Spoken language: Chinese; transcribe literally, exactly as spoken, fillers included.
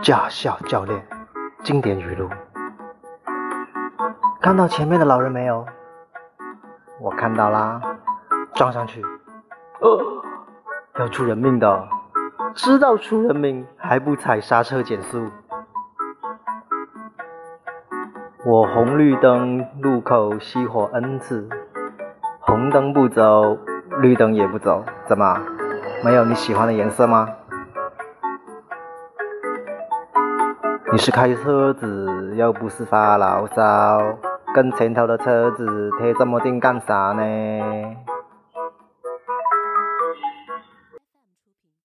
驾校教练经典语录。看到前面的老人没有？我看到啦，撞上去，呃，要出人命的，知道出人命还不踩刹车减速。我红绿灯路口熄火 N 次，红灯不走，绿灯也不走，怎么？没有你喜欢的颜色吗？你是开车子又不是发牢骚，跟前头的车子贴这么近干啥呢？